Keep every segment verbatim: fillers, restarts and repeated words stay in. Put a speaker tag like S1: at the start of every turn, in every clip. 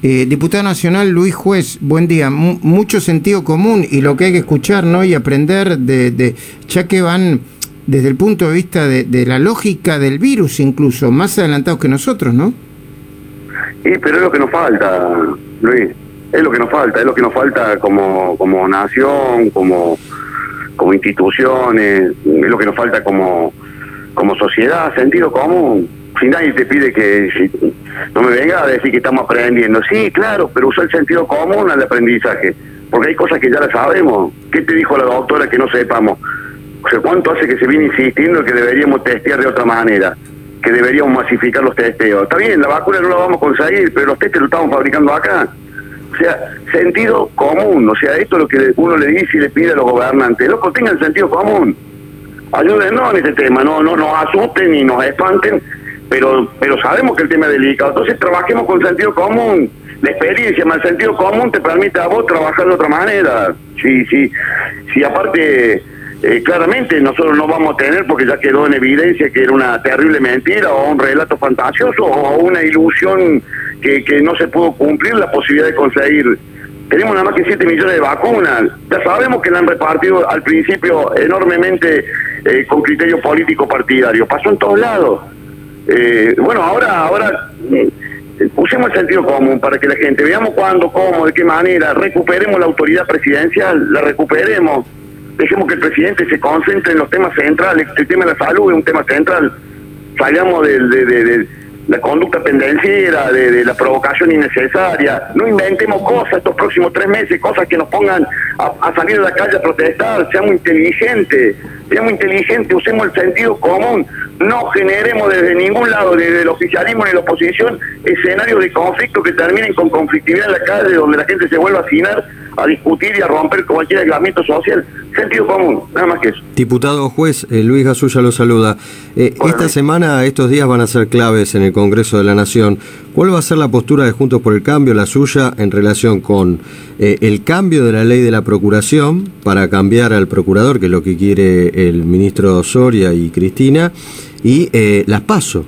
S1: Eh, diputado nacional Luis Juez, buen día. M- mucho sentido común y lo que hay que escuchar, ¿no? Y aprender de, de ya que van desde el punto de vista de, de la lógica del virus incluso, más adelantados que nosotros, ¿no?
S2: Sí, pero es lo que nos falta, Luis. Es lo que nos falta, es lo que nos falta como, como nación, como, como instituciones, es lo que nos falta como, como sociedad, sentido común. Si nadie te pide que si, no me venga a decir que estamos aprendiendo. Sí, claro, pero usa el sentido común al aprendizaje, porque hay cosas que ya las sabemos. ¿Qué te dijo la doctora que no sepamos? O sea, ¿cuánto hace que se viene insistiendo que deberíamos testear de otra manera? Que deberíamos masificar los testeos. Está bien, la vacuna no la vamos a conseguir, pero los testes los estamos fabricando acá. O sea, sentido común. O sea, esto es lo que uno le dice y le pide a los gobernantes. Loco, tengan sentido común. Ayúdennos en este tema, no, no nos asusten ni nos espanten, pero pero sabemos que el tema es delicado. Entonces trabajemos con sentido común. La experiencia más el sentido común te permite a vos trabajar de otra manera. Sí, sí, sí, aparte... Eh, claramente nosotros no vamos a tener, porque ya quedó en evidencia que era una terrible mentira o un relato fantasioso o una ilusión que, que no se pudo cumplir la posibilidad de conseguir. Tenemos nada más que siete millones de vacunas. Ya sabemos que la han repartido al principio enormemente eh, con criterio político partidario. Pasó en todos lados. Eh, bueno, ahora ahora eh, usemos el sentido común para que la gente veamos cuándo, cómo, de qué manera, recuperemos la autoridad presidencial, la recuperemos. Dejemos que el presidente se concentre en los temas centrales. El tema de la salud es un tema central. Salgamos de, de, de, de la conducta pendenciera, de, de la provocación innecesaria. No inventemos cosas estos próximos tres meses, cosas que nos pongan a, a salir a la calle a protestar. Seamos inteligentes, seamos inteligentes, usemos el sentido común. No generemos desde ningún lado, desde el oficialismo ni la oposición, escenarios de conflicto que terminen con conflictividad en la calle, donde la gente se vuelva a hacinar, a discutir y a romper cualquier aislamiento social. Sentido común, nada más que eso.
S3: Diputado Juez, eh, Luis Gasulla lo saluda. Eh,
S2: Hola,
S3: esta
S2: Luis.
S3: semana, estos días van a ser claves en el Congreso de la Nación. ¿Cuál va a ser la postura de Juntos por el Cambio, la suya, en relación con eh, el cambio de la ley de la Procuración para cambiar al procurador, que es lo que quiere el ministro Soria y Cristina, y eh, las PASO?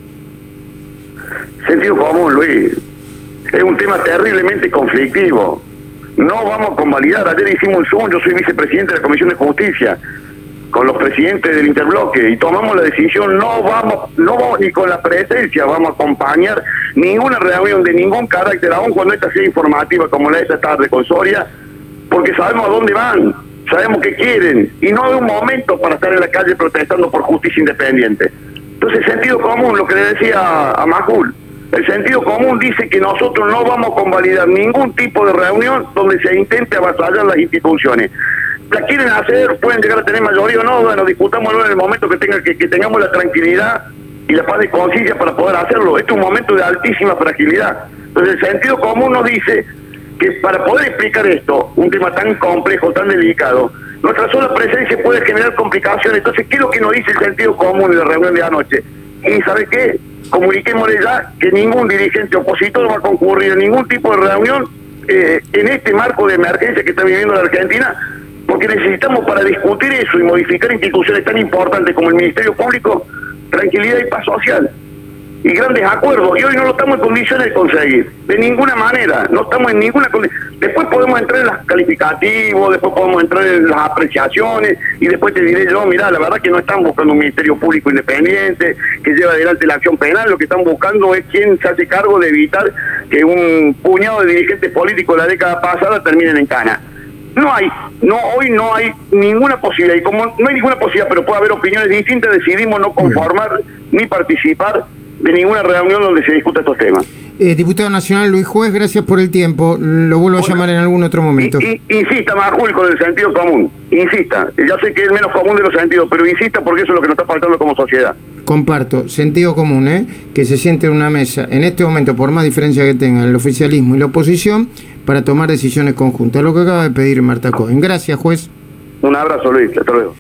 S2: Sentido común, Luis. Es un tema terriblemente conflictivo. No vamos a convalidar. Ayer hicimos un Zoom, yo soy vicepresidente de la Comisión de Justicia, con los presidentes del interbloque, y tomamos la decisión, no vamos, no vamos ni con la presencia, vamos a acompañar ninguna reunión de ningún carácter, aun cuando esta sea informativa como la de esta tarde con Soria, porque sabemos a dónde van, sabemos qué quieren, y no hay un momento para estar en la calle protestando por justicia independiente. Entonces, sentido común, lo que le decía a Majul, el sentido común dice que nosotros no vamos a convalidar ningún tipo de reunión donde se intente avasallar las instituciones. La quieren hacer, pueden llegar a tener mayoría o no, bueno, discutámoslo en el momento que tenga que, que tengamos la tranquilidad y la paz de conciencia para poder hacerlo. Este es un momento de altísima fragilidad. Entonces, el sentido común nos dice que para poder explicar esto, un tema tan complejo, tan delicado, nuestra sola presencia puede generar complicaciones. Entonces, ¿qué es lo que nos dice el sentido común en la reunión de anoche? Y ¿sabe qué? Comuniquémosle ya que ningún dirigente opositor va a concurrir a ningún tipo de reunión eh, en este marco de emergencia que está viviendo la Argentina, porque necesitamos, para discutir eso y modificar instituciones tan importantes como el Ministerio Público, tranquilidad y paz social y grandes acuerdos, y hoy no lo estamos en condiciones de conseguir, de ninguna manera, no estamos en ninguna condición. Después podemos entrar en los calificativos, después podemos entrar en las apreciaciones, y después te diré yo, mirá, la verdad que no están buscando un Ministerio Público independiente, que lleva adelante la acción penal, lo que están buscando es quién se hace cargo de evitar que un puñado de dirigentes políticos de la década pasada terminen en cana. No hay, no hoy no hay ninguna posibilidad, y como no hay ninguna posibilidad, pero puede haber opiniones distintas, decidimos no conformar ni participar de ninguna reunión donde se discuta estos temas.
S1: Eh, diputado nacional Luis Juez, gracias por el tiempo. Lo vuelvo a
S2: Bueno,
S1: llamar en algún otro momento.
S2: Y, y, insista, Majul, con el sentido común. Insista. Ya sé que es menos común de los sentidos, pero insista porque eso es lo que nos está faltando como sociedad.
S1: Comparto, sentido común, ¿eh? Que se siente en una mesa, en este momento, por más diferencia que tengan el oficialismo y la oposición, para tomar decisiones conjuntas. Lo que acaba de pedir Marta Cohen. Gracias, juez.
S2: Un abrazo, Luis. Hasta luego.